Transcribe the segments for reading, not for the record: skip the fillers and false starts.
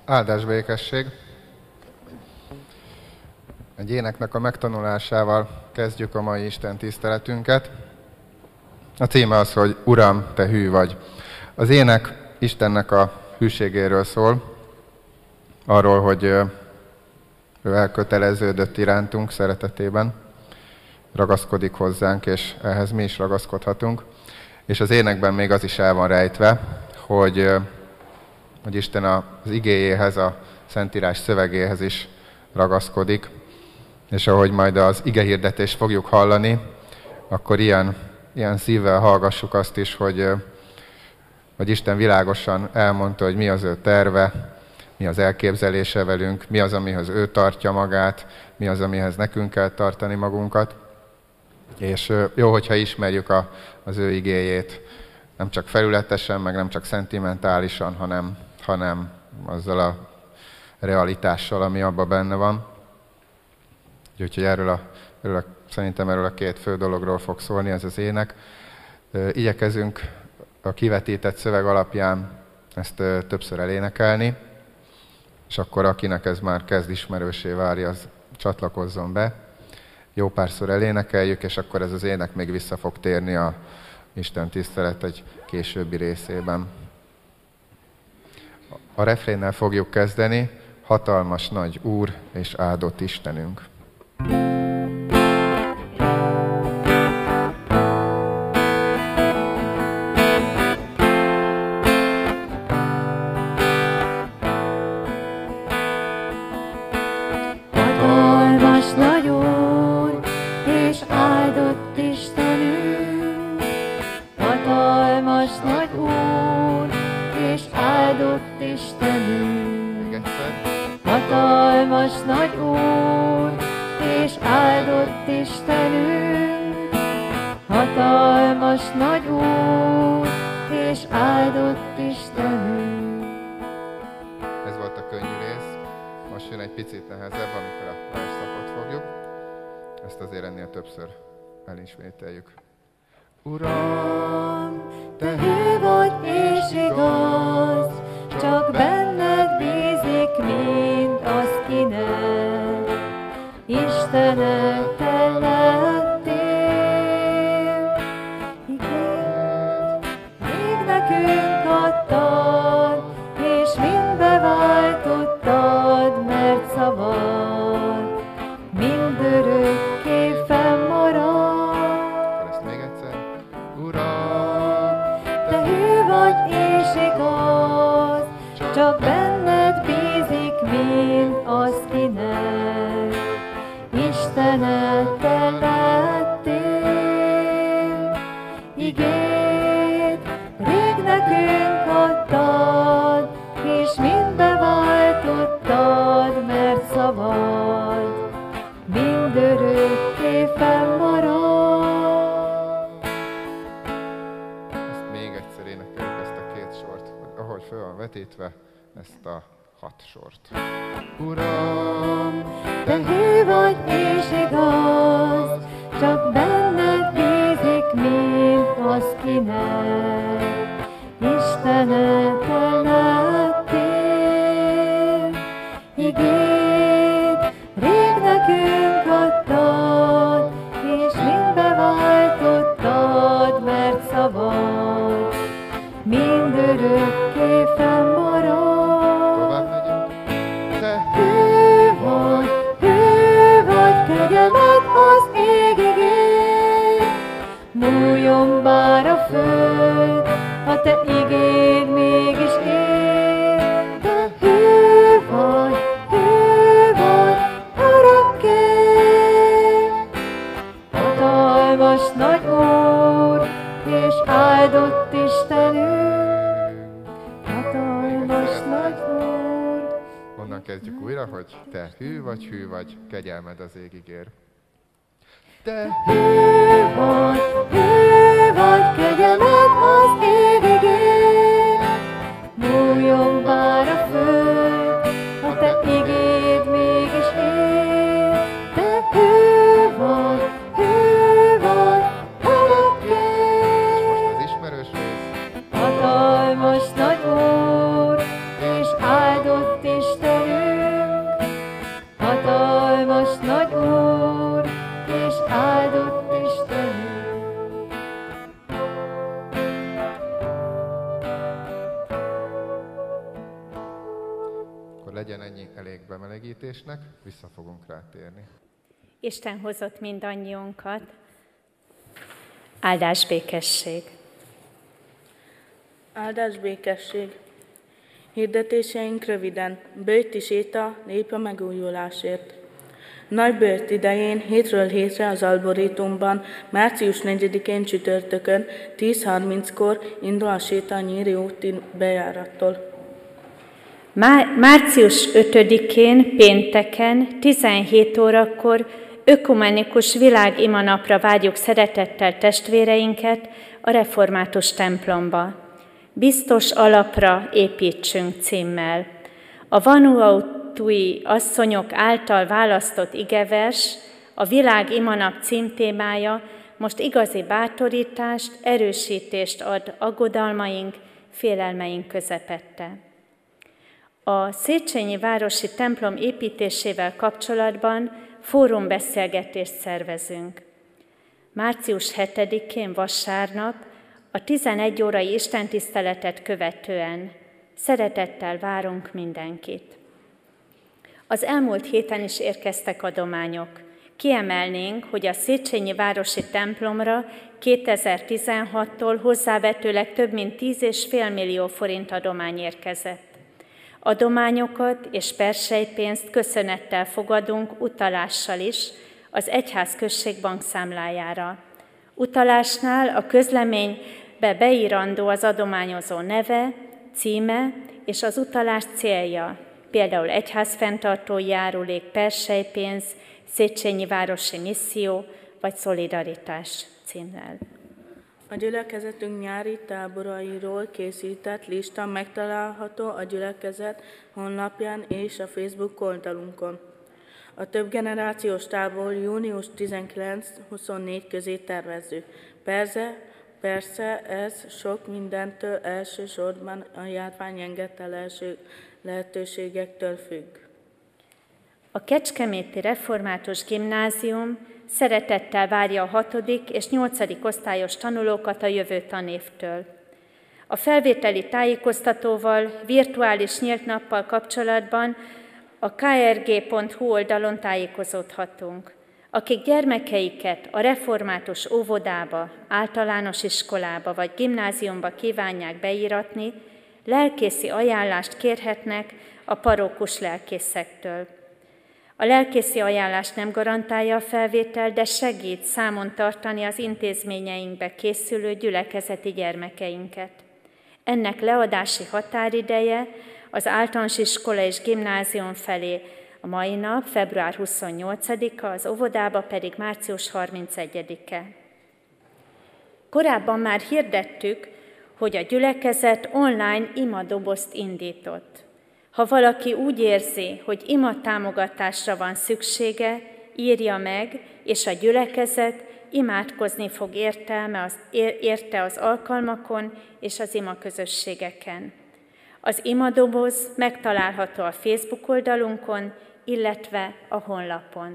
Áldás békesség! Egy éneknek a megtanulásával kezdjük a mai Isten tiszteletünket. A címe az, hogy Uram, te hű vagy. Az ének Istennek a hűségéről szól, arról, hogy ő elköteleződött irántunk szeretetében, ragaszkodik hozzánk, és ehhez mi is ragaszkodhatunk. És az énekben még az is el van rejtve, hogy Isten az igéjéhez, a Szentírás szövegéhez is ragaszkodik, és ahogy majd az igehirdetést fogjuk hallani, akkor ilyen szívvel hallgassuk azt is, hogy Isten világosan elmondta, hogy mi az ő terve, mi az elképzelése velünk, mi az, amihez ő tartja magát, mi az, amihez nekünk kell tartani magunkat. És jó, hogyha ismerjük az ő igéjét, nem csak felületesen, meg nem csak szentimentálisan, hanem azzal a realitással, ami abban benne van. Úgyhogy szerintem erről a két fő dologról fog szólni ez az ének. Igyekezünk a kivetített szöveg alapján ezt többször elénekelni, és akkor akinek ez már kezd ismerőssé válni, az csatlakozzon be. Jó párszor elénekeljük, és akkor ez az ének még vissza fog térni a Isten tisztelet egy későbbi részében. A refrénnel fogjuk kezdeni. Hatalmas nagy Úr és áldott Istenünk. Hatalmas nagy Úr és áldott Istenünk, hatalmas nagy Úr és áldott Istenünk, hatalmas nagy Úr és áldott Istenünk, hatalmas nagy Úr és áldott Istenünk. Ez volt a könnyű rész. Most jön egy picit nehezebb, amikor a versszakot fogjuk. Ezt azért ennél többször elismételjük. Uram, te hű vagy és igaz, csak benned bízik mind az, kinek Istenet te lettél. Igen, még nekünk adtad, és mind beváltottad, mert szabad mindörökké fennmarad. Ezt még egyszer. Uram, Te hű vagy és igaz, csak benned bízik mind az, kinek Istenet te lettél. Igéd rég nekünk adtad, és mind beváltottad, mert szabad mindörökké fennmarad. ezt még egyszer énekeljük, ezt a két sort, ahogy föl van vetítve, ezt a 6 sort. Uram, Te hű vagy és igaz, csak benned bízik mind az, kinek Istenet te lettél. Igéd rég nekünk adtad, és mind beváltottad, mert szabad mindörökké fennmarad. tovább megyünk. Te Hű vagy, kegyelet az égig ég. Múljon bár a föld, ha te igéd mégis él. Te hű vagy, örökké. Hatalmas nagy Úr, és áldott Istenünk. Hatalmas nagy Úr. Onnan kezdjük újra, hogy te hű vagy, kegyelmed az égig ér. Te Hű vagy, kegyelet az égig ér. Múljon bár a föld, ha te igéd mégis él. Te hű vagy, örökké. most az ismerős rész. Hatalmas nagy Úr, és áldott akkor legyen ennyi elég bemelegítésnek, vissza fogunk rátérni. Isten hozott mindannyiunkat. Áldás békesség! Áldás békesség! Hirdetéseink röviden. Bőjti séta, lép a megújulásért. Nagybőjt idején hétről hétre az Arborétumban, március 4-én csütörtökön 10:30-kor indul a séta a Nyíri úti bejárattól. Március 5-én pénteken 17 órakor ökumenikus világimanapra várjuk szeretettel testvéreinket a református templomba. Biztos alapra építsünk címmel. A Vanuatui asszonyok által választott igevers, a világimanap címtémája most igazi bátorítást, erősítést ad aggodalmaink, félelmeink közepette. A Széchenyi városi templom építésével kapcsolatban fórumbeszélgetést szervezünk. Március 7-én vasárnap a 11 órai istentiszteletet követően szeretettel várunk mindenkit. Az elmúlt héten is érkeztek adományok. Kiemelnénk, hogy a Széchenyi városi templomra 2016-tól hozzávetőleg több mint 10,5 millió forint adomány érkezett. Adományokat és perselypénzt köszönettel fogadunk utalással is az Egyház Község bankszámlájára. Utalásnál a közleménybe beírandó az adományozó neve, címe és az utalás célja, például egyházfenntartói járulék, perselypénz, Széchenyi városi misszió vagy szolidaritás címmel. A gyülekezetünk nyári táborairól készített lista megtalálható a gyülekezet honlapján és a Facebook oldalunkon. A többgenerációs tábor június 19-24 közé tervezzük. Persze ez sok mindentől, elsősorban a járvány engedte lehetőségektől függ. A Kecskeméti Református Gimnázium szeretettel várja a 6. és 8. osztályos tanulókat a jövő tanévtől. A felvételi tájékoztatóval, virtuális nyílt nappal kapcsolatban a krg.hu oldalon tájékozódhatunk. Akik gyermekeiket a református óvodába, általános iskolába vagy gimnáziumba kívánják beíratni, lelkészi ajánlást kérhetnek a parókus lelkészektől. A lelkészi ajánlás nem garantálja a felvétel, de segít számon tartani az intézményeinkbe készülő gyülekezeti gyermekeinket. Ennek leadási határideje az általános iskola és gimnázium felé a mai nap, február 28-a, az óvodába pedig március 31-e. Korábban már hirdettük, hogy a gyülekezet online imadobozt indított. Ha valaki úgy érzi, hogy imatámogatásra van szüksége, írja meg, és a gyülekezet imádkozni fog érte az alkalmakon és az imaközösségeken. Az imadoboz megtalálható a Facebook oldalunkon, illetve a honlapon.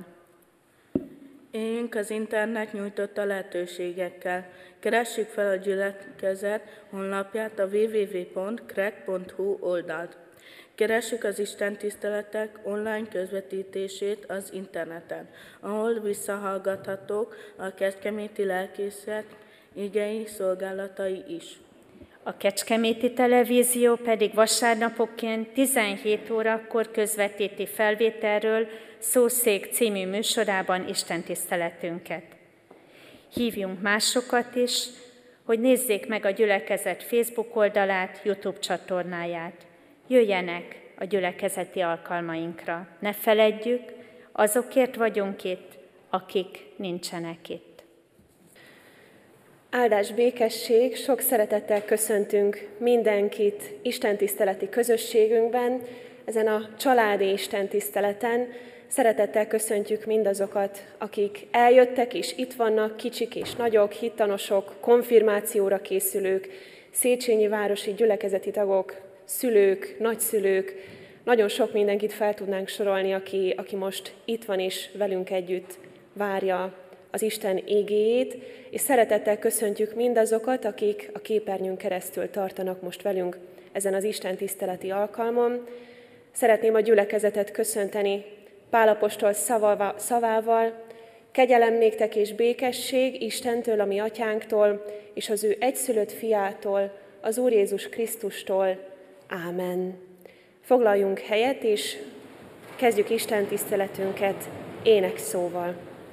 Éljünk az internet nyújtotta lehetőségekkel. Keressük fel a gyülekezet honlapját, a www.kreg.hu oldalt. Keressük az istentiszteletek online közvetítését az interneten, ahol visszahallgathatók a kecskeméti lelkészek igei szolgálatai is. A Kecskeméti Televízió pedig vasárnapoként 17 órakor közvetíti felvételről Szószék című műsorában istentiszteletünket. Hívjunk másokat is, hogy nézzék meg a gyülekezet Facebook oldalát, YouTube csatornáját. Jöjjenek a gyülekezeti alkalmainkra. Ne feledjük, azokért vagyunk itt, akik nincsenek itt. Áldás békesség, sok szeretettel köszöntünk mindenkit istentiszteleti közösségünkben, ezen a családi istentiszteleten. Szeretettel köszöntjük mindazokat, akik eljöttek és itt vannak, kicsik és nagyok, hittanosok, konfirmációra készülők, széchenyi városi gyülekezeti tagok, szülők, nagyszülők. Nagyon sok mindenkit fel tudnánk sorolni, aki most itt van és velünk együtt várja az Isten igéjét, és szeretettel köszöntjük mindazokat, akik a képernyőn keresztül tartanak most velünk ezen az istentiszteleti alkalmon. Szeretném a gyülekezetet köszönteni Pál apostol szavával: kegyelem néktek és békesség Istentől, a mi atyánktól, és az ő egyszülött fiától, az Úr Jézus Krisztustól. Ámen. Foglaljunk helyet, és kezdjük Isten tiszteletünket énekszóval.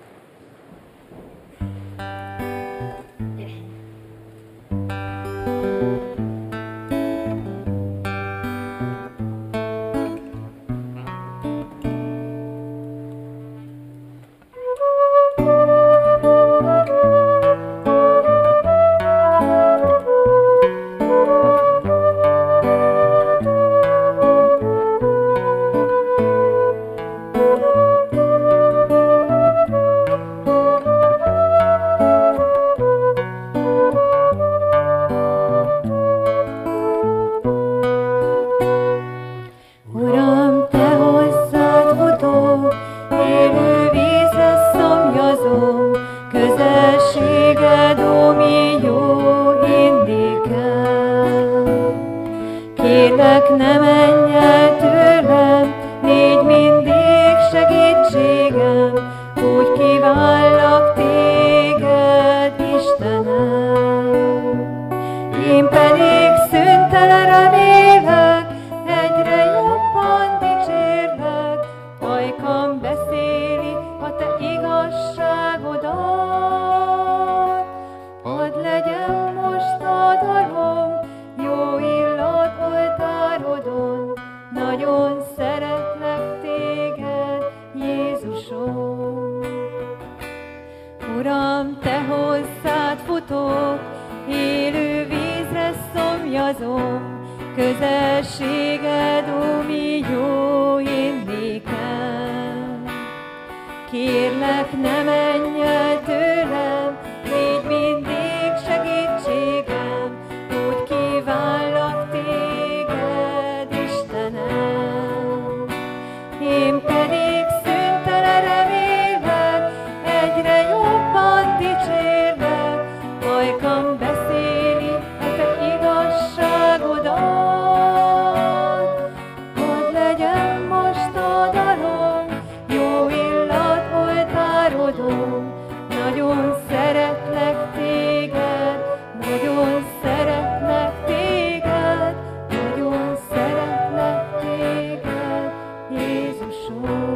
Uram, te hozzád futok, élő vízre szomjazom, közösséged, ó, mi jó én nékem. Kérlek, ne menj el tőlem, légy mindig segítségem, úgy kívánlak téged, Istenem. Én pedig szüntelen remélek, egyre jobban dicsérlek, ajkam beszéli a te igazságodat. Hadd legyen most a dalom, jó illat oltárodon, nagyon szeretlek téged, nagyon szeretlek téged, nagyon szeretlek téged, Jézusom.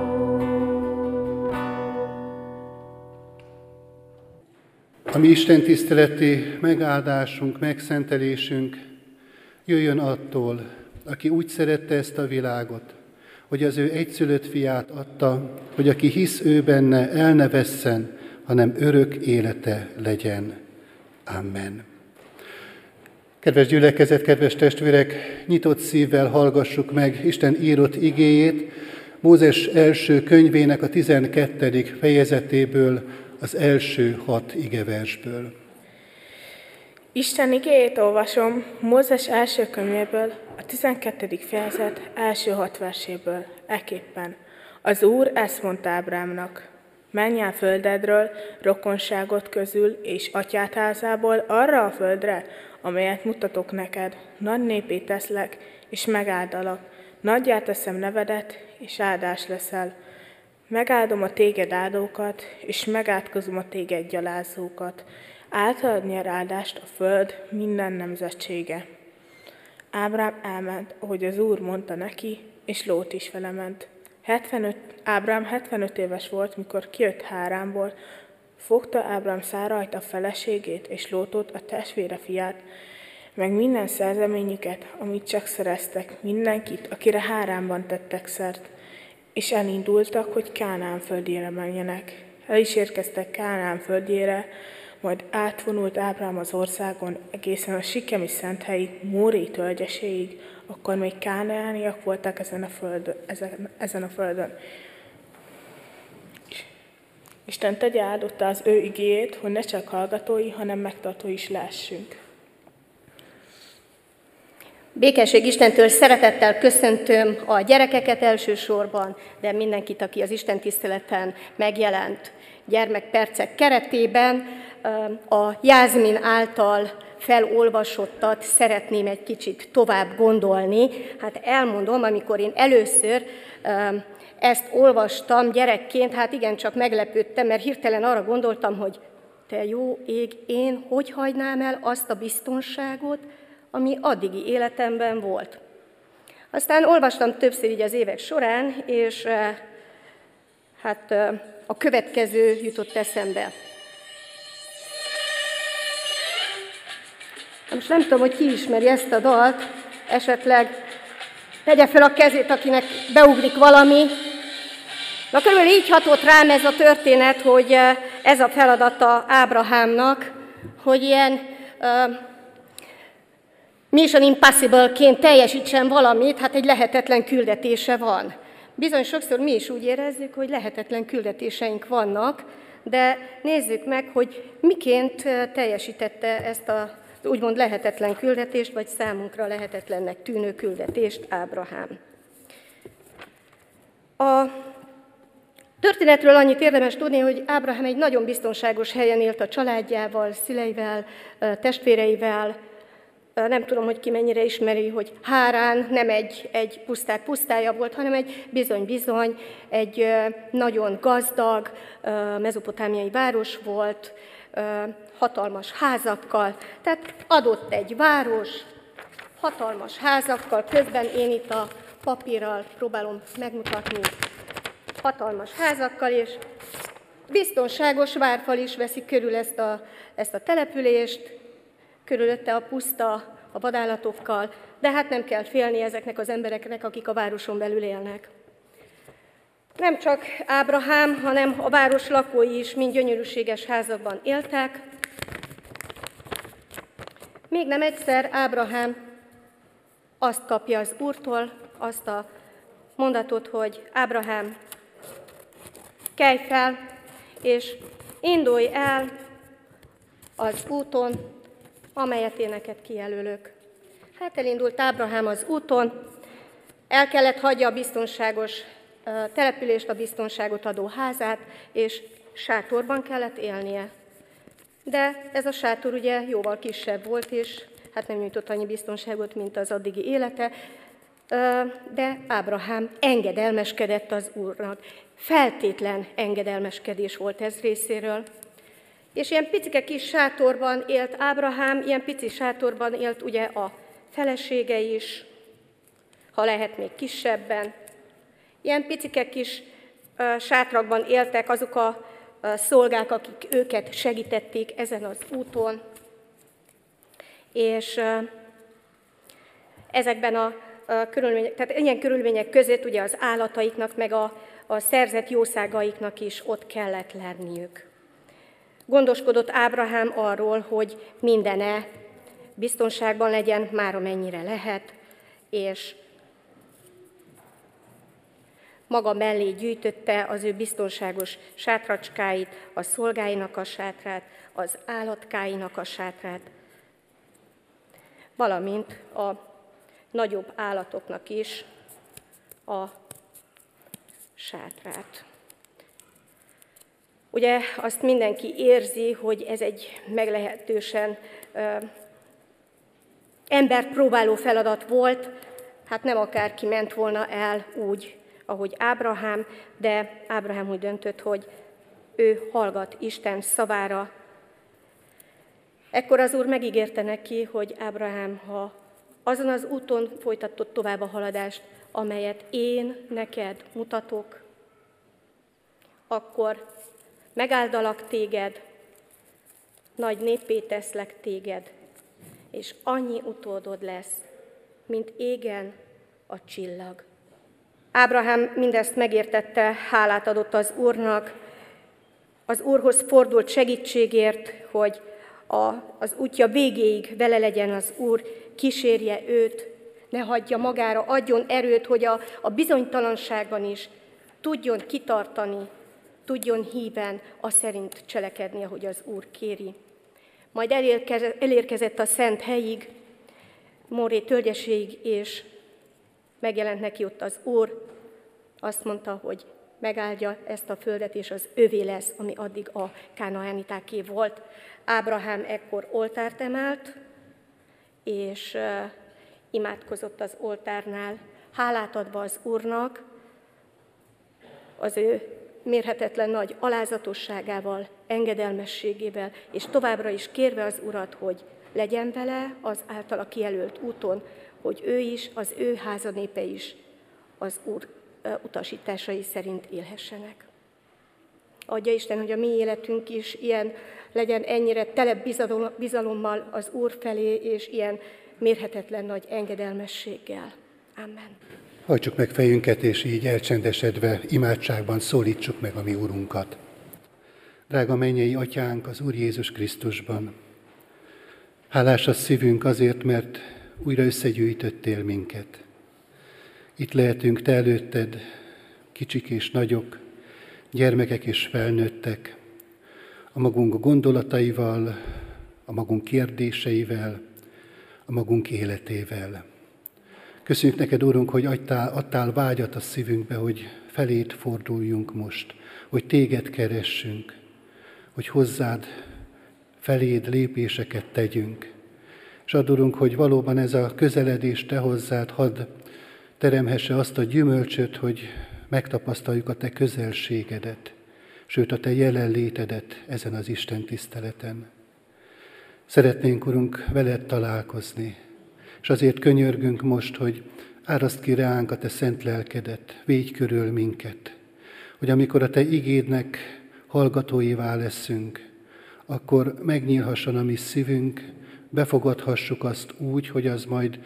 A mi Isten tiszteleti megáldásunk, megszentelésünk jöjjön attól, aki úgy szerette ezt a világot, hogy az ő egyszülött fiát adta, hogy aki hisz ő benne, el ne vesszen, hanem örök élete legyen. Amen. Kedves gyülekezet, kedves testvérek, nyitott szívvel hallgassuk meg Isten írott igéjét, Mózes első könyvének a 12. fejezetéből, az első 6 igeversből. Isten igéjét olvasom Mózes első könyvéből, a 12. fejezet első 6 verséből, ekképpen. Az Úr ezt mondta Ábrámnak: menj el földedről, rokonságot közül és atyád házából arra a földre, amelyet mutatok neked. Nagy népé teszlek, és megáldalak. Nagyjá teszem nevedet, és áldás leszel. Megáldom a téged áldókat, és megátkozom a téged gyalázókat. Általad nyer áldást a föld minden nemzetsége. Ábrám elment, ahogy az Úr mondta neki, és Lót is vele ment. Ábrám 75 éves volt, mikor kijött Háránból. Fogta Ábrám Szárajt a feleségét, és Lótot a testvére fiát, meg minden szerzeményüket, amit csak szereztek, mindenkit, akire Háránban tettek szert, és elindultak, hogy Kánaán földjére menjenek. El is érkeztek Kánaán földjére, majd átvonult Ábrám az országon egészen a sikemi szenthelyig, Móri tölgyeséig, akkor még kánaániak voltak ezen a földön. Isten tegye áldotta az ő igéjét, hogy ne csak hallgatói, hanem megtartói is lehessünk. Békesség Istentől, szeretettel köszöntöm a gyerekeket elsősorban, de mindenkit, aki az Isten tiszteleten megjelent gyermekpercek keretében. A Jászmin által felolvasottat szeretném egy kicsit tovább gondolni. Hát elmondom, amikor én először ezt olvastam gyerekként, hát igencsak meglepődtem, mert hirtelen arra gondoltam, hogy te jó ég, én hogy hagynám el azt a biztonságot, ami addigi életemben volt. Aztán olvastam többször így az évek során, és hát a következő jutott eszembe. Most nem tudom, hogy ki ismeri ezt a dalt, esetleg tegye fel a kezét, akinek beugrik valami. Na, körülbelül így hatott rám ez a történet, hogy ez a feladata Ábrahámnak, hogy ilyen Mission Impossible-ként teljesítsen valamit, hát egy lehetetlen küldetése van. Bizony sokszor mi is úgy érezzük, hogy lehetetlen küldetéseink vannak, de nézzük meg, hogy miként teljesítette ezt a úgymond lehetetlen küldetést, vagy számunkra lehetetlennek tűnő küldetést Ábrahám. A történetről annyit érdemes tudni, hogy Ábrahám egy nagyon biztonságos helyen élt a családjával, szüleivel, testvéreivel. Nem tudom, hogy ki mennyire ismeri, hogy Hárán nem egy puszták pusztája volt, hanem egy bizony-bizony, egy nagyon gazdag mezopotámiai város volt, hatalmas házakkal. Tehát adott egy város, hatalmas házakkal, közben én itt a papírral próbálom megmutatni, hatalmas házakkal, és biztonságos várfal is veszi körül ezt a települést, körülötte a puszta a vadállatokkal, de hát nem kell félni ezeknek az embereknek, akik a városon belül élnek. Nem csak Ábrahám, hanem a város lakói is mind gyönyörűséges házakban éltek. Még nem egyszer Ábrahám azt kapja az Úrtól, azt a mondatot, hogy Ábrahám, kelj fel, és indulj el az úton, amelyet én neked kijelölök. Hát elindult Ábrahám az úton, el kellett hagyja a biztonságos települést, a biztonságot adó házát, és sátorban kellett élnie. De ez a sátor ugye jóval kisebb volt, és hát nem nyújtott annyi biztonságot, mint az addigi élete, de Ábrahám engedelmeskedett az Úrnak. Feltétlen engedelmeskedés volt ez részéről. És ilyen picike kis sátorban élt Ábrahám, ilyen pici sátorban élt ugye a felesége is, ha lehet még kisebben. Ilyen picike kis sátrakban éltek azok a szolgák, akik őket segítették ezen az úton. És ezekben a körülmények, tehát ilyen körülmények között ugye az állataiknak, meg a szerzett jószágaiknak is ott kellett lenniük. Gondoskodott Ábrahám arról, hogy mindene biztonságban legyen, már amennyire lehet, és maga mellé gyűjtötte az ő biztonságos sátracskáit, a szolgáinak a sátrát, az állatkáinak a sátrát, valamint a nagyobb állatoknak is a sátrát. Ugye azt mindenki érzi, hogy ez egy meglehetősen embert próbáló feladat volt, hát nem akárki ment volna el úgy, ahogy Ábrahám, de Ábrahám úgy döntött, hogy ő hallgat Isten szavára. Ekkor az Úr megígérte neki, hogy Ábrahám, ha azon az úton folytatod tovább a haladást, amelyet én neked mutatok, akkor megáldalak téged, nagy néppé teszlek téged, és annyi utódod lesz, mint égen a csillag. Ábrahám mindezt megértette, hálát adott az Úrnak, az Úrhoz fordult segítségért, hogy az útja végéig vele legyen az Úr, kísérje őt, ne hagyja magára, adjon erőt, hogy a bizonytalanságban is tudjon kitartani, tudjon híven szerint cselekedni, ahogy az Úr kéri. Majd elérkezett a szent helyig, Móré tölgyeséig, és megjelent neki ott az Úr, azt mondta, hogy megáldja ezt a földet, és az övé lesz, ami addig a kánaánitáké volt. Ábrahám ekkor oltárt emelt, és imádkozott az oltárnál, hálát adva az Úrnak, az ő mérhetetlen nagy alázatosságával, engedelmességével, és továbbra is kérve az Urat, hogy legyen vele az általa kijelölt úton, hogy ő is, az ő háza népe is az Úr utasításai szerint élhessenek. Adja Isten, hogy a mi életünk is ilyen legyen, ennyire tele bizalommal az Úr felé, és ilyen mérhetetlen nagy engedelmességgel. Amen. Hajtsuk meg fejünket, és így elcsendesedve imádságban szólítsuk meg a mi Urunkat. Drága mennyei Atyánk az Úr Jézus Krisztusban, hálás a szívünk azért, mert újra összegyűjtöttél minket. Itt lehetünk Te előtted, kicsik és nagyok, gyermekek és felnőttek, a magunk gondolataival, a magunk kérdéseivel, a magunk életével. Köszönjük neked, Úrunk, hogy adtál vágyat a szívünkbe, hogy feléd forduljunk most, hogy téged keressünk, hogy hozzád, feléd lépéseket tegyünk. És add, Urunk, hogy valóban ez a közeledés te hozzád hadd teremhesse azt a gyümölcsöt, hogy megtapasztaljuk a te közelségedet, sőt a te jelenlétedet ezen az Isten tiszteleten. Szeretnénk, Urunk, veled találkozni, és azért könyörgünk most, hogy áraszd ki ránk a te szent lelkedet, védj körül minket, hogy amikor a te igédnek hallgatóivá leszünk, akkor megnyílhasson a mi szívünk, befogadhassuk azt úgy, hogy az majd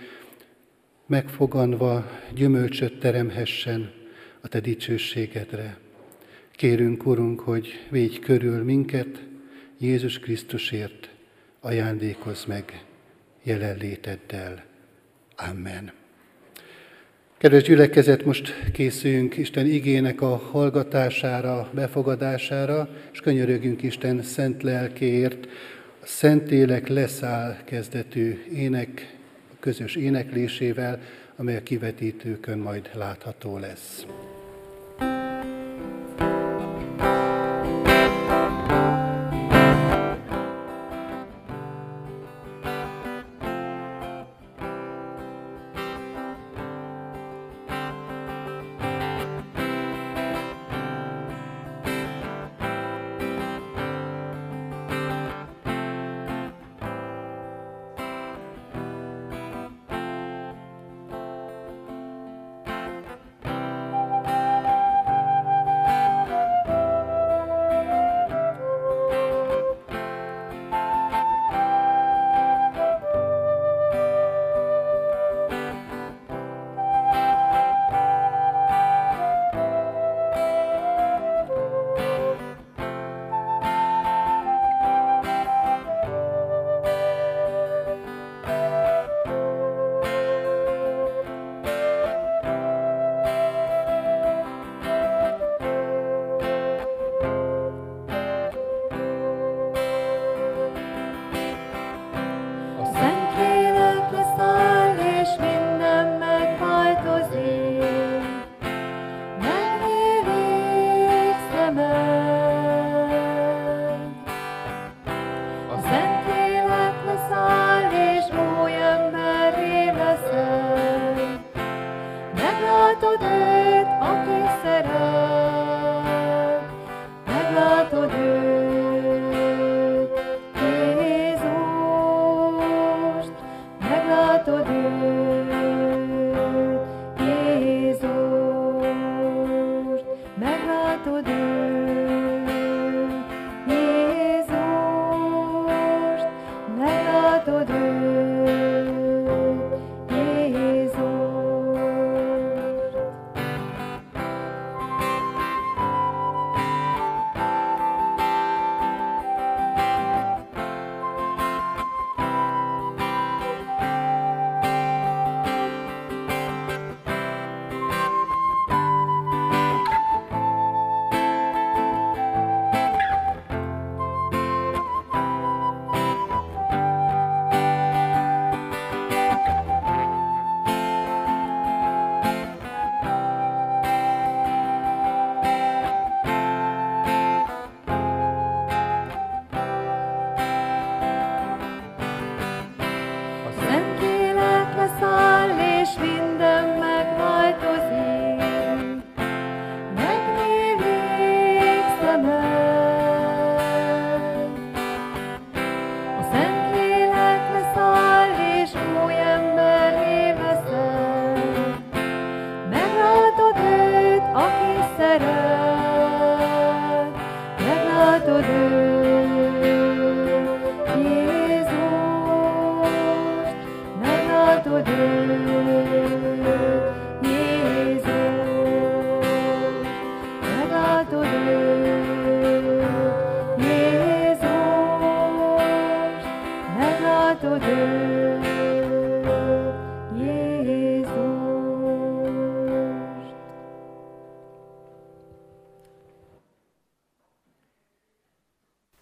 megfoganva gyümölcsöt teremhessen a te dicsőségedre. Kérünk, Urunk, hogy védj körül minket, Jézus Krisztusért ajándékozz meg jelenléteddel. Amen. Kedves gyülekezet, most készüljünk Isten igének a hallgatására, befogadására, és könyörögjünk Isten szent lelkéért. A Szentlélek leszáll kezdetű ének, a közös éneklésével, amely a kivetítőkön majd látható lesz.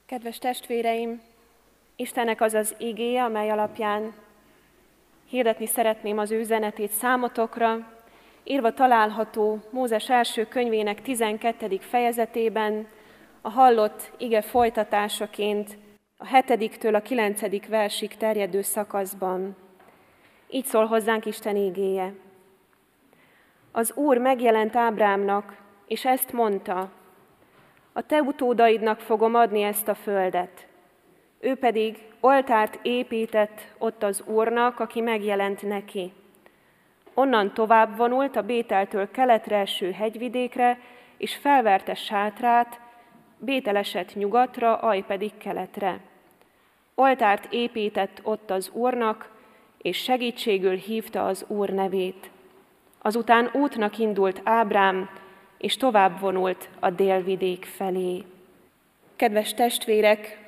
Kedves testvéreim, Istennek az az igéje, amely alapján hirdetni szeretném az ő üzenetét számotokra, írva található Mózes első könyvének 12. fejezetében, a hallott ige folytatásaként a 7-től a 9. versig terjedő szakaszban. Így szól hozzánk Isten igéje. Az Úr megjelent Ábrámnak, és ezt mondta: a te utódaidnak fogom adni ezt a földet. Ő pedig oltárt épített ott az Úrnak, aki megjelent neki. Onnan tovább vonult a Bételtől keletre eső hegyvidékre, és felverte sátrát, Bétel esett nyugatra, Aj pedig keletre. Oltárt épített ott az Úrnak, és segítségül hívta az Úr nevét. Azután útnak indult Ábrám, és tovább vonult a délvidék felé. Kedves testvérek,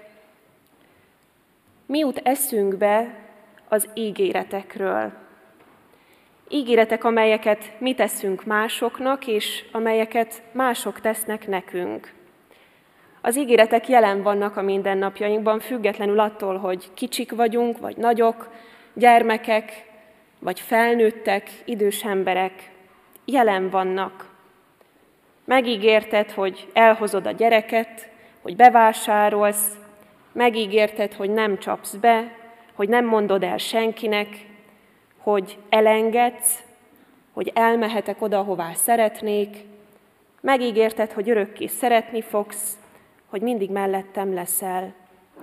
mi jut eszünkbe az ígéretekről? Ígéretek, amelyeket mi teszünk másoknak, és amelyeket mások tesznek nekünk. Az ígéretek jelen vannak a mindennapjainkban, függetlenül attól, hogy kicsik vagyunk, vagy nagyok, gyermekek, vagy felnőttek, idős emberek. Jelen vannak. Megígérted, hogy elhozod a gyereket, hogy bevásárolsz, megígérted, hogy nem csapsz be, hogy nem mondod el senkinek, hogy elengedsz, hogy elmehetek oda, hová szeretnék, megígérted, hogy örökké szeretni fogsz, hogy mindig mellettem leszel.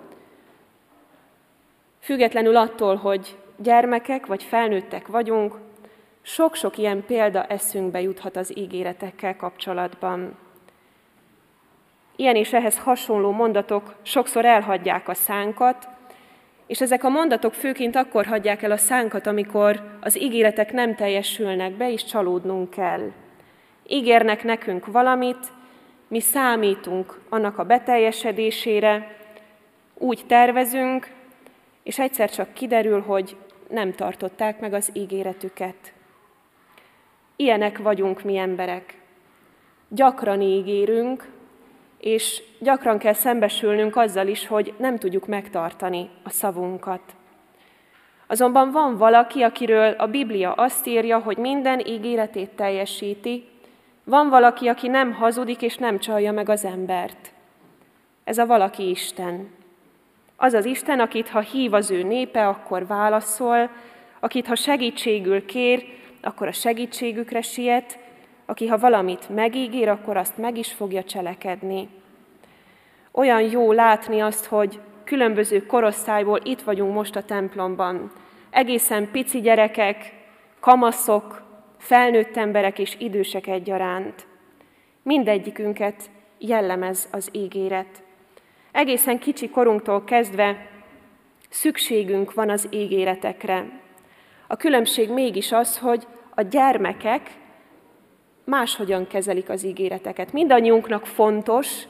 Függetlenül attól, hogy gyermekek vagy felnőttek vagyunk, sok-sok ilyen példa eszünkbe juthat az ígéretekkel kapcsolatban. Ilyen és ehhez hasonló mondatok sokszor elhagyják a szánkat, és ezek a mondatok főként akkor hagyják el a szánkat, amikor az ígéretek nem teljesülnek be, és csalódnunk kell. Ígérnek nekünk valamit, mi számítunk annak a beteljesedésére, úgy tervezünk, és egyszer csak kiderül, hogy nem tartották meg az ígéretüket. Ilyenek vagyunk mi emberek. Gyakran ígérünk, és gyakran kell szembesülnünk azzal is, hogy nem tudjuk megtartani a szavunkat. Azonban van valaki, akiről a Biblia azt írja, hogy minden ígéretét teljesíti, van valaki, aki nem hazudik és nem csalja meg az embert. Ez a valaki Isten. Az az Isten, akit ha hív az ő népe, akkor válaszol, akit ha segítségül kér, akkor a segítségükre siet, aki ha valamit megígér, akkor azt meg is fogja cselekedni. Olyan jó látni azt, hogy különböző korosztályból itt vagyunk most a templomban. Egészen pici gyerekek, kamaszok, felnőtt emberek és idősek egyaránt. Mindegyikünket jellemez az ígéret. Egészen kicsi korunktól kezdve szükségünk van az ígéretekre. A különbség mégis az, hogy a gyermekek máshogyan kezelik az ígéreteket. Mindannyiunknak fontos,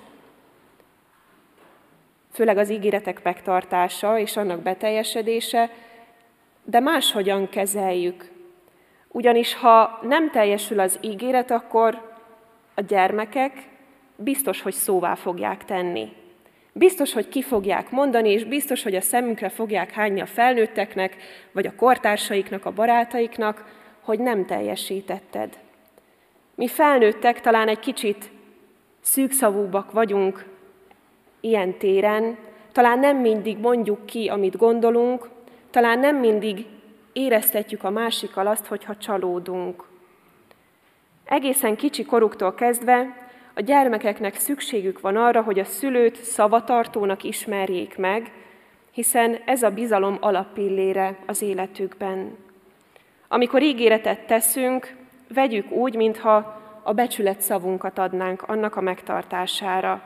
főleg az ígéretek megtartása és annak beteljesedése, de máshogyan kezeljük. Ugyanis ha nem teljesül az ígéret, akkor a gyermekek biztos, hogy szóvá fogják tenni. Biztos, hogy ki fogják mondani, és biztos, hogy a szemünkre fogják hányni a felnőtteknek, vagy a kortársaiknak, a barátaiknak, hogy nem teljesítetted. Mi felnőttek talán egy kicsit szűkszavúbbak vagyunk ilyen téren, talán nem mindig mondjuk ki, amit gondolunk, talán nem mindig éreztetjük a másikkal azt, hogyha csalódunk. Egészen kicsi koruktól kezdve a gyermekeknek szükségük van arra, hogy a szülőt szavatartónak ismerjék meg, hiszen ez a bizalom alappillére az életükben. Amikor ígéretet teszünk, vegyük úgy, mintha a becsület szavunkat adnánk annak a megtartására.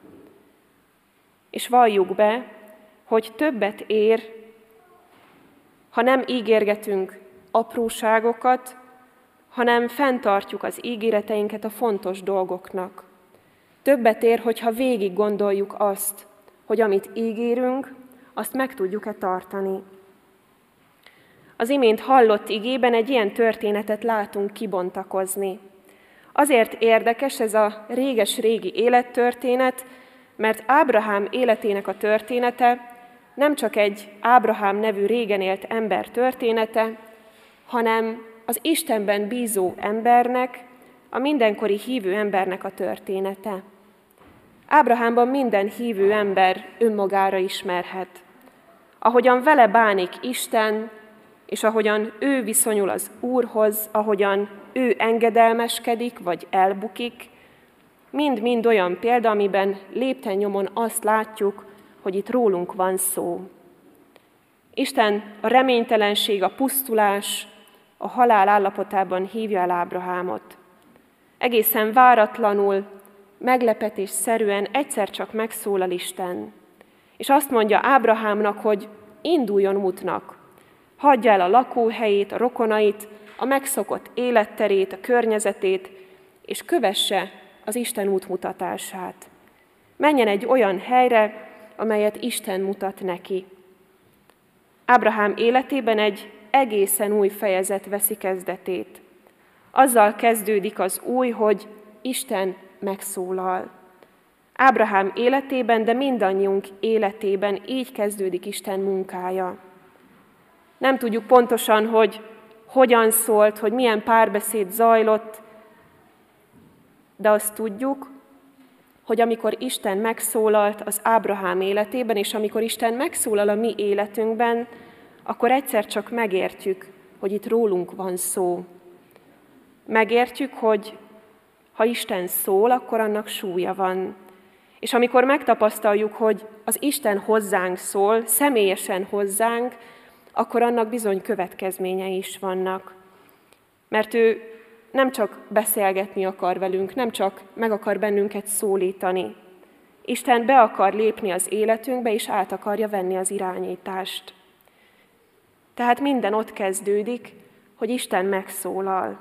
És valljuk be, hogy többet ér, ha nem ígérgetünk apróságokat, hanem fenntartjuk az ígéreteinket a fontos dolgoknak. Többet ér, hogyha végig gondoljuk azt, hogy amit ígérünk, azt meg tudjuk-e tartani. Az imént hallott igében egy ilyen történetet látunk kibontakozni. Azért érdekes ez a réges-régi élettörténet, mert Ábrahám életének a története nem csak egy Ábrahám nevű régen élt ember története, hanem az Istenben bízó embernek, a mindenkori hívő embernek a története. Ábrahámban minden hívő ember önmagára ismerhet. Ahogyan vele bánik Isten, és ahogyan ő viszonyul az Úrhoz, ahogyan ő engedelmeskedik, vagy elbukik, mind-mind olyan példa, amiben lépten nyomon azt látjuk, hogy itt rólunk van szó. Isten a reménytelenség, a pusztulás, a halál állapotában hívja el Ábrahámot. Egészen váratlanul, meglepetésszerűen egyszer csak megszólal Isten, és azt mondja Ábrahámnak, hogy induljon útnak, hagyja el a lakóhelyét, a rokonait, a megszokott életterét, a környezetét, és kövesse az Isten útmutatását. Menjen egy olyan helyre, amelyet Isten mutat neki. Ábrahám életében egy egészen új fejezet veszi kezdetét. Azzal kezdődik az új, hogy Isten megszólal. Ábrahám életében, de mindannyiunk életében így kezdődik Isten munkája. Nem tudjuk pontosan, hogy hogyan szólt, hogy milyen párbeszéd zajlott, de azt tudjuk, hogy amikor Isten megszólalt az Ábrahám életében, és amikor Isten megszólal a mi életünkben, akkor egyszer csak megértjük, hogy itt rólunk van szó. Megértjük, hogy ha Isten szól, akkor annak súlya van. És amikor megtapasztaljuk, hogy az Isten hozzánk szól, személyesen hozzánk, akkor annak bizony következményei is vannak. Mert ő nem csak beszélgetni akar velünk, nem csak meg akar bennünket szólítani. Isten be akar lépni az életünkbe, és át akarja venni az irányítást. Tehát minden ott kezdődik, hogy Isten megszólal.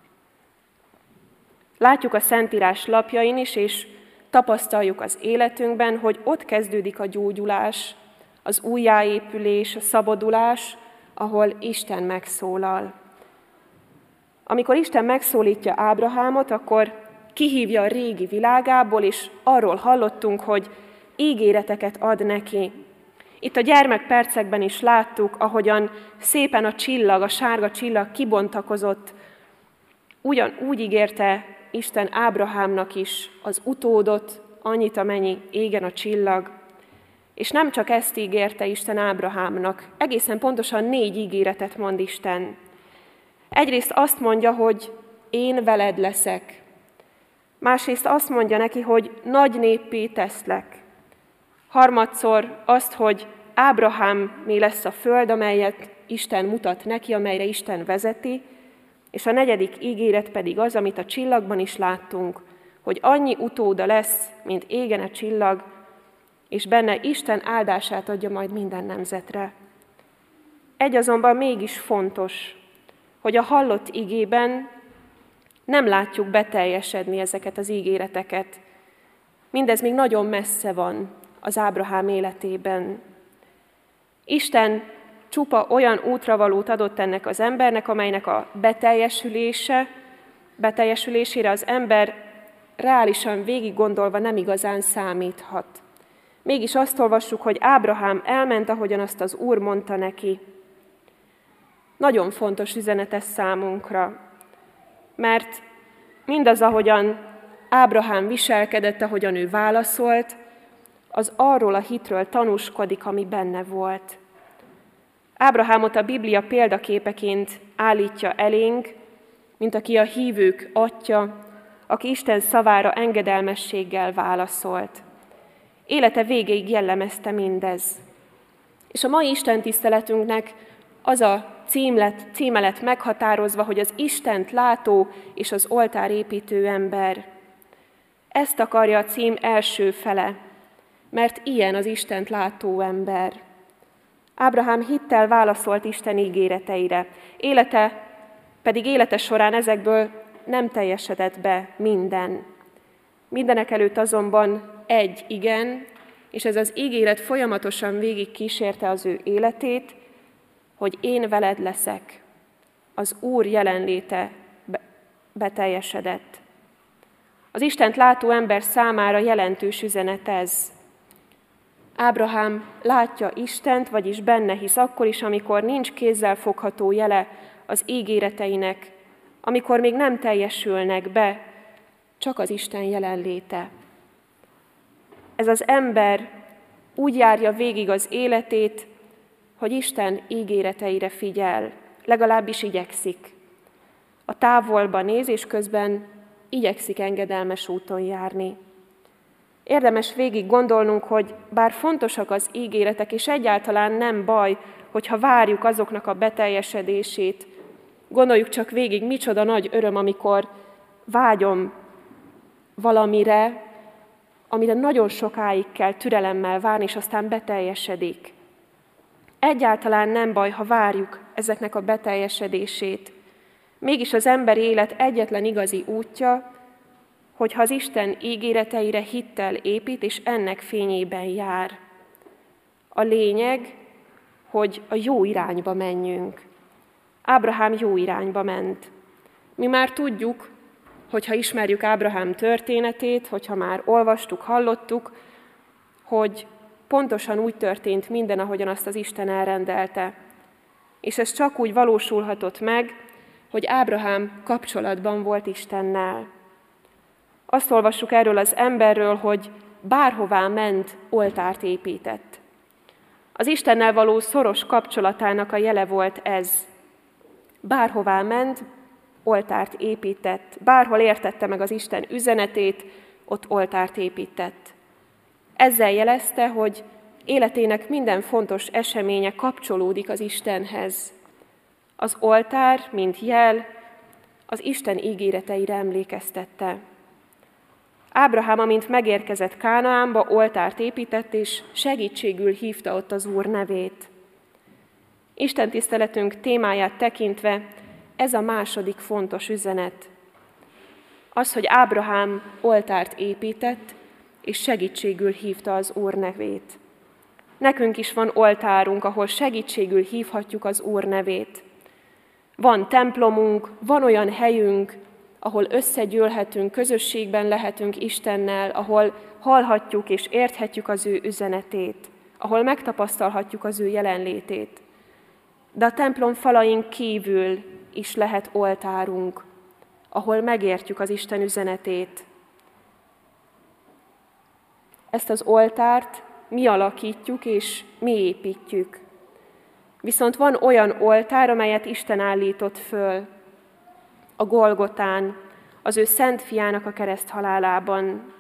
Látjuk a Szentírás lapjain is, és tapasztaljuk az életünkben, hogy ott kezdődik a gyógyulás, az újjáépülés, a szabadulás, ahol Isten megszólal. Amikor Isten megszólítja Ábrahámot, akkor kihívja a régi világából, és arról hallottunk, hogy ígéreteket ad neki. Itt a gyermekpercekben is láttuk, ahogyan szépen a csillag, a sárga csillag kibontakozott. Úgy ígérte Isten Ábrahámnak is az utódot, annyit, amennyi égen a csillag. És nem csak ezt ígérte Isten Ábrahámnak, egészen pontosan 4 ígéretet mond Isten. Egyrészt azt mondja, hogy én veled leszek. Másrészt azt mondja neki, hogy nagy néppé teszlek. Harmadszor azt, hogy Ábrahámé lesz a föld, amelyet Isten mutat neki, amelyre Isten vezeti, és a 4. ígéret pedig az, amit a csillagban is láttunk, hogy annyi utóda lesz, mint égen a csillag, és benne Isten áldását adja majd minden nemzetre. Egy azonban mégis fontos, hogy a hallott igében nem látjuk beteljesedni ezeket az ígéreteket. Mindez még nagyon messze van az Ábrahám életében. Isten csupa olyan útravalót adott ennek az embernek, amelynek a beteljesülésére az ember reálisan végig gondolva nem igazán számíthat. Mégis azt olvassuk, hogy Ábrahám elment, ahogyan azt az Úr mondta neki. Nagyon fontos üzenet ez számunkra, mert mindaz, ahogyan Ábrahám viselkedett, ahogyan ő válaszolt, az arról a hitről tanúskodik, ami benne volt. Ábrahámot a Biblia példaképeként állítja elénk, mint aki a hívők atya, aki Isten szavára engedelmességgel válaszolt. Élete végéig jellemezte mindez. És a mai istentiszteletünknek az a címe lett meghatározva, hogy az Istent látó és az oltárépítő ember. Ezt akarja a cím első fele, mert ilyen az Istent látó ember. Ábrahám hittel válaszolt Isten ígéreteire, élete során ezekből nem teljesedett be minden. Mindenekelőtt azonban egy igen, és ez az ígéret folyamatosan végig kísérte az ő életét, hogy én veled leszek. Az Úr jelenléte beteljesedett. Az Istent látó ember számára jelentős üzenet ez. Ábrahám látja Istent, vagyis benne hisz akkor is, amikor nincs kézzelfogható jele az ígéreteinek, amikor még nem teljesülnek be, csak az Isten jelenléte. Ez az ember úgy járja végig az életét, hogy Isten ígéreteire figyel, legalábbis igyekszik. A távolba néz, és közben igyekszik engedelmes úton járni. Érdemes végig gondolnunk, hogy bár fontosak az ígéretek, és egyáltalán nem baj, hogyha várjuk azoknak a beteljesedését, gondoljuk csak végig, micsoda nagy öröm, amikor vágyom valamire, amire nagyon sokáig kell türelemmel várni, és aztán beteljesedik. Egyáltalán nem baj, ha várjuk ezeknek a beteljesedését. Mégis az emberi élet egyetlen igazi útja, hogyha az Isten ígéreteire hittel épít, és ennek fényében jár. A lényeg, hogy a jó irányba menjünk. Ábrahám jó irányba ment. Mi már tudjuk, hogyha ismerjük Ábrahám történetét, hogyha már olvastuk, hallottuk, hogy pontosan úgy történt minden, ahogyan azt az Isten elrendelte. És ez csak úgy valósulhatott meg, hogy Ábrahám kapcsolatban volt Istennel. Azt olvassuk erről az emberről, hogy bárhová ment, oltárt épített. Az Istennel való szoros kapcsolatának a jele volt ez. Bárhová ment, oltárt épített. Bárhol értette meg az Isten üzenetét, ott oltárt épített. Ezzel jelezte, hogy életének minden fontos eseménye kapcsolódik az Istenhez. Az oltár, mint jel, az Isten ígéreteire emlékeztette. Ábrahám, amint megérkezett Kánaánba, oltárt épített, és segítségül hívta ott az Úr nevét. Isten tiszteletünk témáját tekintve ez a második fontos üzenet. Az, hogy Ábrahám oltárt épített, és segítségül hívta az Úr nevét. Nekünk is van oltárunk, ahol segítségül hívhatjuk az Úr nevét. Van templomunk, van olyan helyünk, ahol összegyűlhetünk, közösségben lehetünk Istennel, ahol hallhatjuk és érthetjük az ő üzenetét, ahol megtapasztalhatjuk az ő jelenlétét. De a templom falain kívül is lehet oltárunk, ahol megértjük az Isten üzenetét. Ezt az oltárt mi alakítjuk és mi építjük. Viszont van olyan oltár, amelyet Isten állított föl a Golgotán, az ő szent fiának a kereszthalálában.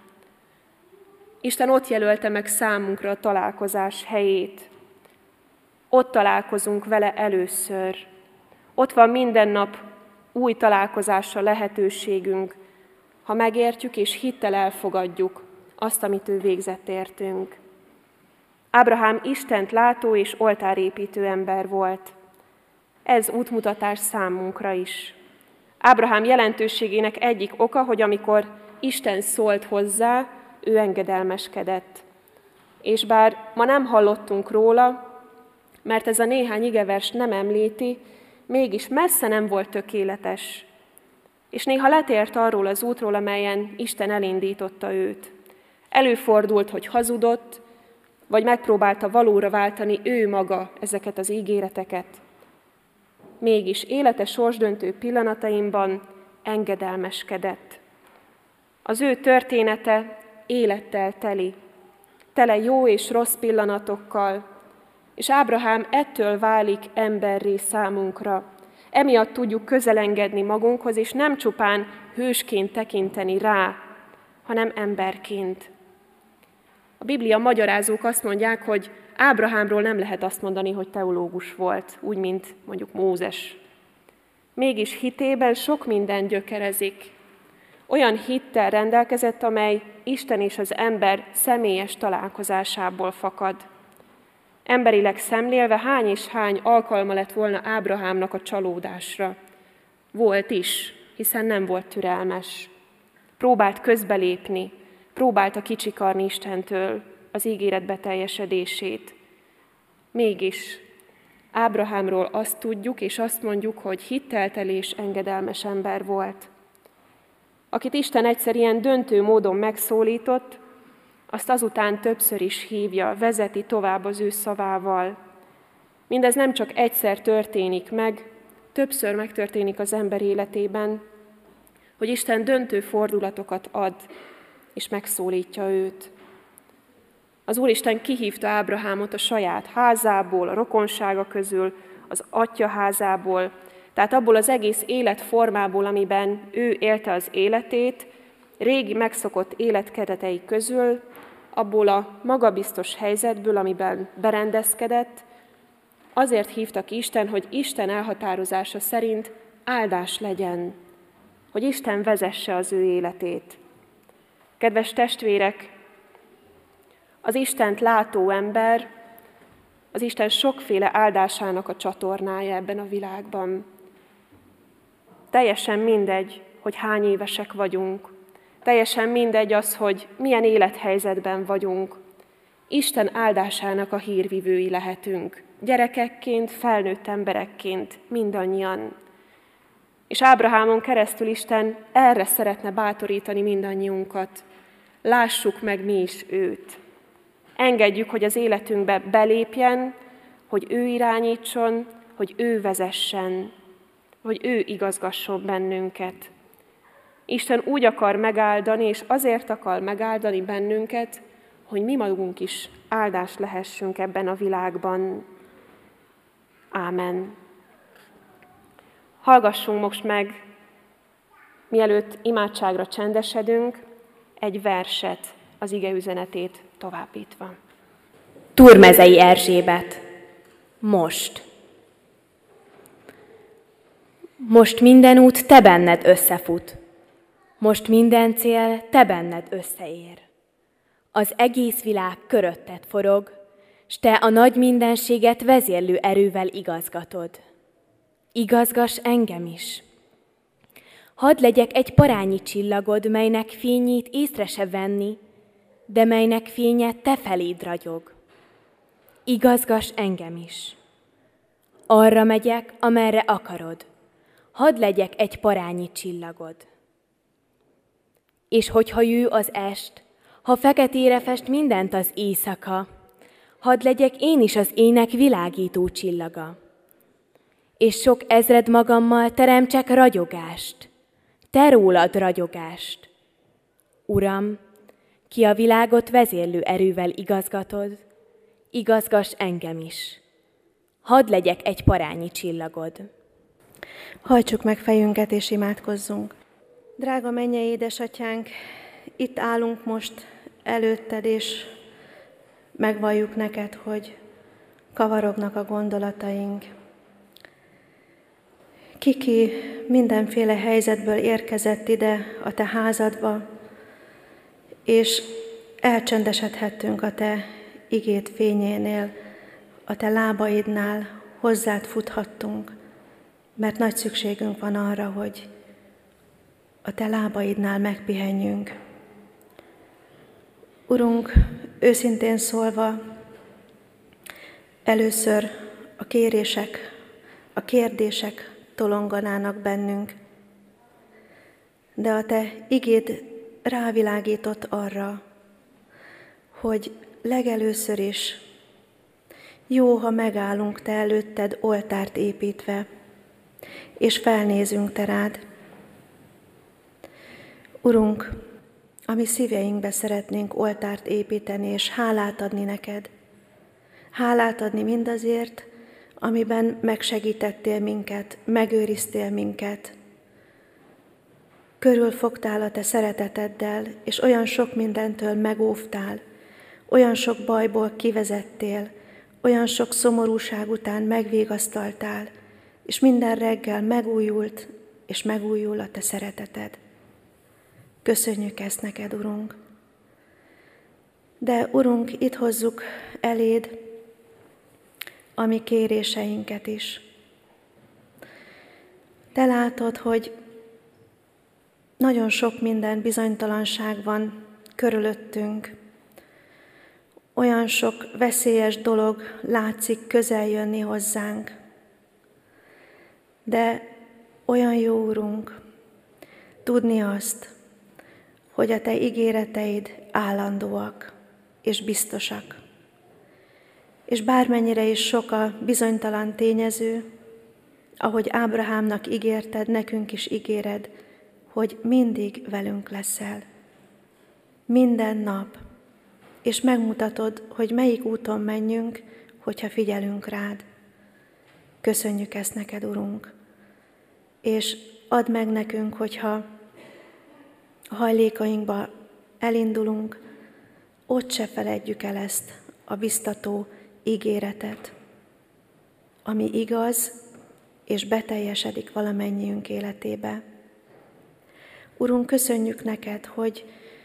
Isten ott jelölte meg számunkra a találkozás helyét. Ott találkozunk vele először. Ott van minden nap új találkozásra lehetőségünk, ha megértjük és hittel elfogadjuk azt, amit ő végzett értünk. Ábrahám Istent látó és oltárépítő ember volt. Ez útmutatás számunkra is. Ábrahám jelentőségének egyik oka, hogy amikor Isten szólt hozzá, ő engedelmeskedett. És bár ma nem hallottunk róla, mert ez a néhány igevers nem említi, mégis messze nem volt tökéletes. És néha letért arról az útról, amelyen Isten elindította őt. Előfordult, hogy hazudott, vagy megpróbálta valóra váltani ő maga ezeket az ígéreteket. Mégis élete sorsdöntő pillanataimban engedelmeskedett. Az ő története élettel tele jó és rossz pillanatokkal, és Ábrahám ettől válik emberré számunkra. Emiatt tudjuk közelengedni magunkhoz, és nem csupán hősként tekinteni rá, hanem emberként. A Biblia magyarázók azt mondják, hogy Ábrahámról nem lehet azt mondani, hogy teológus volt, úgy, mint mondjuk Mózes. Mégis hitében sok minden gyökerezik. Olyan hittel rendelkezett, amely Isten és az ember személyes találkozásából fakad. Emberileg szemlélve hány és hány alkalma lett volna Ábrahámnak a csalódásra. Volt is, hiszen nem volt türelmes. Próbált közbelépni, próbálta kicsikarni Istentől az ígéret beteljesedését. Mégis Ábrahámról azt tudjuk, és azt mondjuk, hogy hittelteli és engedelmes ember volt. Akit Isten egyszer ilyen döntő módon megszólított, azt azután többször is hívja, vezeti tovább az ő szavával. Mindez nem csak egyszer történik meg, többször megtörténik az ember életében, hogy Isten döntő fordulatokat ad, és megszólítja őt. Az Úristen kihívta Ábrahámot a saját házából, a rokonsága közül, az atya házából, tehát abból az egész életformából, amiben ő élte az életét, régi megszokott életkeretei közül, abból a magabiztos helyzetből, amiben berendezkedett, azért hívta ki Isten, hogy Isten elhatározása szerint áldás legyen, hogy Isten vezesse az ő életét. Kedves testvérek, az Istent látó ember, az Isten sokféle áldásának a csatornája ebben a világban. Teljesen mindegy, hogy hány évesek vagyunk, teljesen mindegy az, hogy milyen élethelyzetben vagyunk. Isten áldásának a hírvivői lehetünk, gyerekekként, felnőtt emberekként, mindannyian. És Ábrahámon keresztül Isten erre szeretne bátorítani mindannyiunkat. Lássuk meg mi is őt. Engedjük, hogy az életünkbe belépjen, hogy ő irányítson, hogy ő vezessen, hogy ő igazgasson bennünket. Isten úgy akar megáldani, és azért akar megáldani bennünket, hogy mi magunk is áldás lehessünk ebben a világban. Ámen. Hallgassunk most meg, mielőtt imádságra csendesedünk, egy verset, az ige üzenetét továbbítva. Turmezei Erzsébet. Most. Most minden út te benned összefut. Most minden cél te benned összeér. Az egész világ körötted forog, s te a nagy mindenséget vezérlő erővel igazgatod. Igazgass engem is. Hadd legyek egy parányi csillagod, melynek fényét észre se venni, de melynek fénye te feléd ragyog. Igazgass engem is. Arra megyek, amerre akarod. Hadd legyek egy parányi csillagod. És hogyha jő az est, ha feketére fest mindent az éjszaka, hadd legyek én is az ének világító csillaga. És sok ezred magammal teremtsek ragyogást, te rólad ragyogást. Uram, ki a világot vezérlő erővel igazgatod, igazgass engem is. Hadd legyek egy parányi csillagod. Hajtsuk meg fejünket és imádkozzunk. Drága mennyei édesatyánk, itt állunk most előtted, és megvalljuk neked, hogy kavarognak a gondolataink. Kiki mindenféle helyzetből érkezett ide a te házadba, és elcsendesedhettünk a te igéd fényénél, a te lábaidnál, hozzád futhattunk, mert nagy szükségünk van arra, hogy a te lábaidnál megpihenjünk. Urunk, őszintén szólva, először a kérések, a kérdések tolonganának bennünk, de a te igéd rávilágított arra, hogy legelőször is jó, ha megállunk te előtted oltárt építve, és felnézünk te rád. Urunk, a mi szíveinkbe szeretnénk oltárt építeni, és hálát adni neked. Hálát adni mindazért, amiben megsegítettél minket, megőriztél minket. Körülfogtál a te szereteteddel, és olyan sok mindentől megóvtál, olyan sok bajból kivezettél, olyan sok szomorúság után megvigasztaltál, és minden reggel megújult, és megújul a te szereteted. Köszönjük ezt neked, Urunk. De, Urunk, itt hozzuk eléd a mi kéréseinket is. Te látod, hogy nagyon sok minden bizonytalanság van körülöttünk. Olyan sok veszélyes dolog látszik közel jönni hozzánk. De olyan jó, Urunk, tudni azt, hogy a Te ígéreteid állandóak és biztosak. És bármennyire is sok a bizonytalan tényező, ahogy Ábrahámnak ígérted, nekünk is ígéred, hogy mindig velünk leszel. Minden nap, és megmutatod, hogy melyik úton menjünk, hogyha figyelünk rád. Köszönjük ezt neked, Urunk, és add meg nekünk, hogyha a hajlékainkba elindulunk, ott se feledjük el ezt a biztató ígéretet, ami igaz és beteljesedik valamennyiünk életébe. Urunk, köszönjük neked, hogy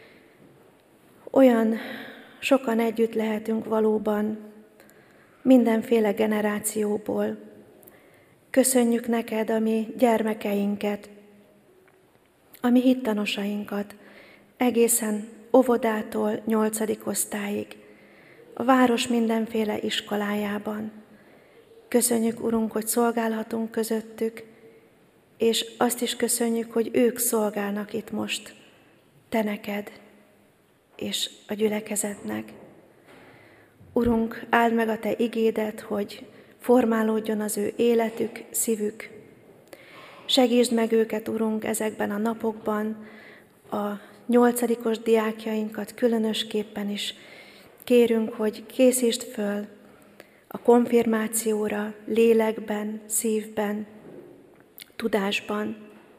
olyan sokan együtt lehetünk valóban mindenféle generációból. Köszönjük neked a mi gyermekeinket, a mi hittanosainkat, egészen óvodától 8. osztályig, a város mindenféle iskolájában. Köszönjük, Urunk, hogy szolgálhatunk közöttük, és azt is köszönjük, hogy ők szolgálnak itt most, te neked és a gyülekezetnek. Urunk, áld meg a te igédet, hogy formálódjon az ő életük, szívük. Segítsd meg őket, Urunk, ezekben a napokban, a 8. diákjainkat különösképpen is kérünk, hogy készítsd föl a konfirmációra, lélekben, szívben, tudásban.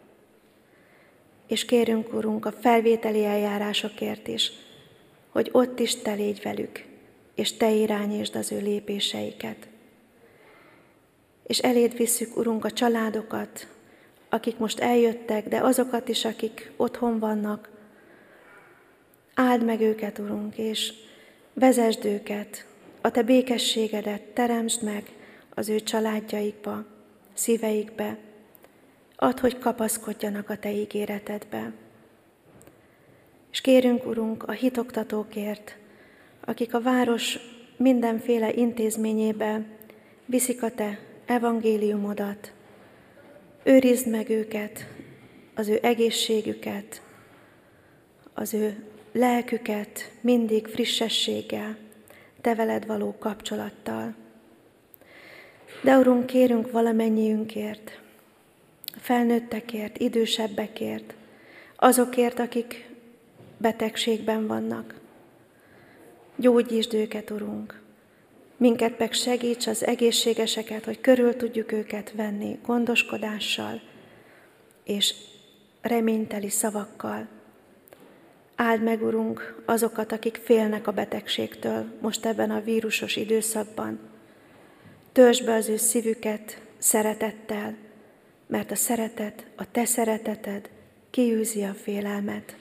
És kérünk, Urunk, a felvételi eljárásokért is, hogy ott is te légy velük, és te irányítsd az ő lépéseiket. És eléd visszük, Urunk, a családokat, akik most eljöttek, de azokat is, akik otthon vannak. Áld meg őket, Urunk, és vezesd őket, a te békességedet teremtsd meg az ő családjaikba, szíveikbe. Add, hogy kapaszkodjanak a te ígéretedbe. És kérünk, Urunk, a hitoktatókért, akik a város mindenféle intézményébe viszik a te evangéliumodat. Őrizd meg őket, az ő egészségüket, az ő lelküket mindig frissességgel, te veled való kapcsolattal. De, Urunk, kérünk valamennyiünkért, felnőttekért, idősebbekért, azokért, akik betegségben vannak. Gyógyítsd őket, Urunk. Minket meg segíts az egészségeseket, hogy körül tudjuk őket venni gondoskodással és reményteli szavakkal. Áld meg, Urunk, azokat, akik félnek a betegségtől most ebben a vírusos időszakban. Töltsd be az ő szívüket szeretettel, mert a szeretet, a te szereteted kiűzi a félelmet.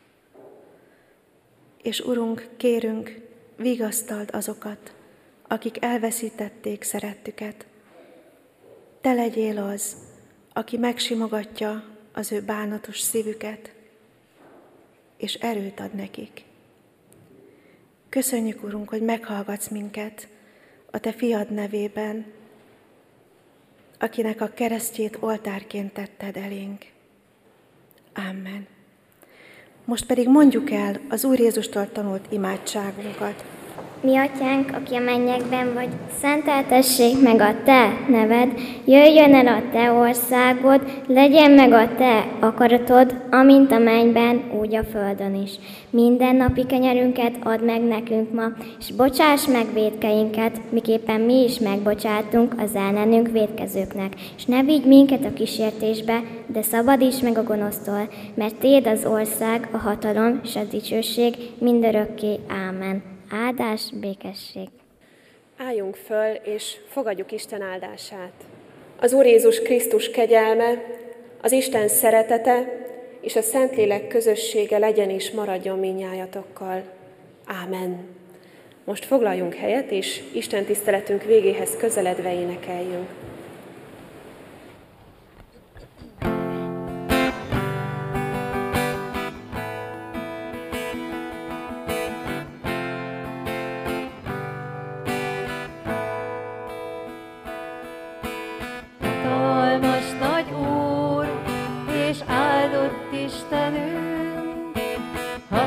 És, Urunk, kérünk, vigasztald azokat, akik elveszítették szerettüket. Te legyél az, aki megsimogatja az ő bánatos szívüket, és erőt ad nekik. Köszönjük, Urunk, hogy meghallgatsz minket a te fiad nevében, akinek a keresztjét oltárként tetted elénk. Amen. Most pedig mondjuk el az Úr Jézustól tanult imádságunkat. Mi atyánk, aki a mennyekben vagy, szenteltessék meg a te neved, jöjjön el a te országod, legyen meg a te akaratod, amint a mennyben, úgy a földön is. Minden napi kenyerünket add meg nekünk ma, és bocsáss meg vétkeinket, miképpen mi is megbocsátunk az ellenünk vétkezőknek. És ne vigy minket a kísértésbe, de szabadíts meg a gonosztól, mert tiéd az ország, a hatalom és a dicsőség mindörökké. Ámen. Áldás, békesség. Álljunk föl, és fogadjuk Isten áldását. Az Úr Jézus Krisztus kegyelme, az Isten szeretete és a Szentlélek közössége legyen és maradjon mindnyájatokkal. Ámen. Most foglaljunk helyet, és Isten tiszteletünk végéhez közeledve énekeljünk.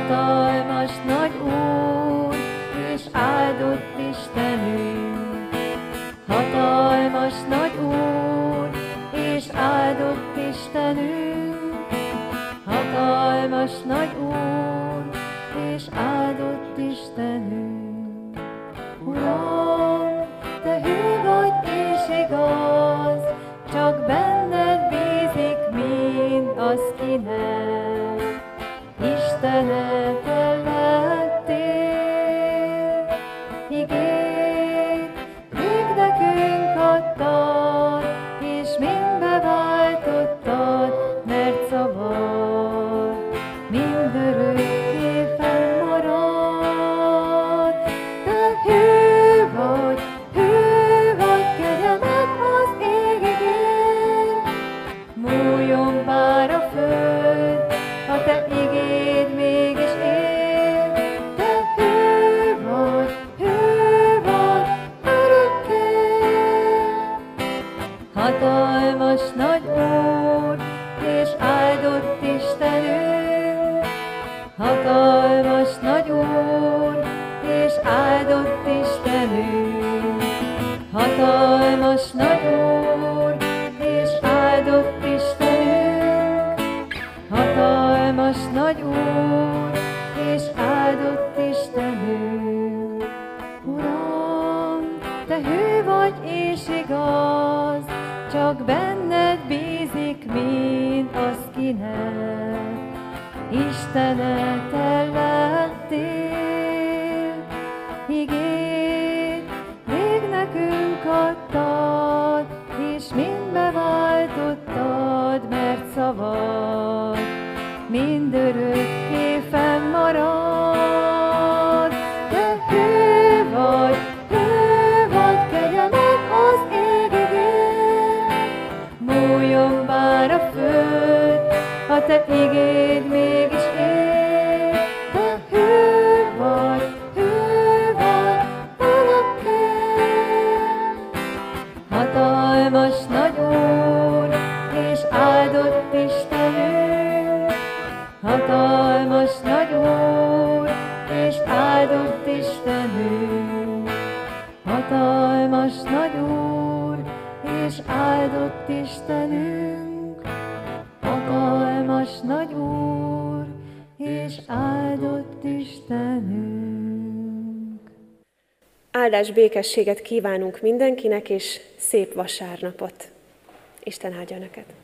Hatalmas nagy Úr, és áldott Istenünk. Hatalmas nagy Úr, és áldott Istenünk. Hatalmas nagy Úr, és áldott Istenünk. Uram, Te hű vagy és igaz, csak benned bízik mind az, kinek Isteneddel lettél. Igéd, még nekünk adtad, és mind beváltottad, mert szavad mindörökké fennmarad. Te hű vagy, kegyelet az égig ér. Múljon bár a föld, ha Te igéd mégis él. Te hű vagy, örökké. Hatalmas nagy Úr, és áldott Istenünk. Hatalmas nagy Úr, és áldott Istenünk. Hatalmas nagy Úr, és áldott Istenünk. Hatalmas nagy Úr, és áldott Istenünk. Uram, Te hű vagy és igaz, csak benned bízik mind az, kinek Isteneddel lettél. Igéd, még nekünk adtad, és mind beváltottad, mert szavad mindörökké fennmarad. Te hű vagy, kegyelet az égig ér. Múljon bár a föld, ha Te igéd mégis ér. Te hű vagy, örökké. Hatalmas nagy Úr, és áldott Istenünk. Hatalmas nagy Úr, és áldott Istenünk. Hatalmas nagy Úr, és áldott Istenünk. Hatalmas nagy Úr, és áldott Istenünk. Áldás, békességet kívánunk mindenkinek, és szép vasárnapot. Isten áldja neked!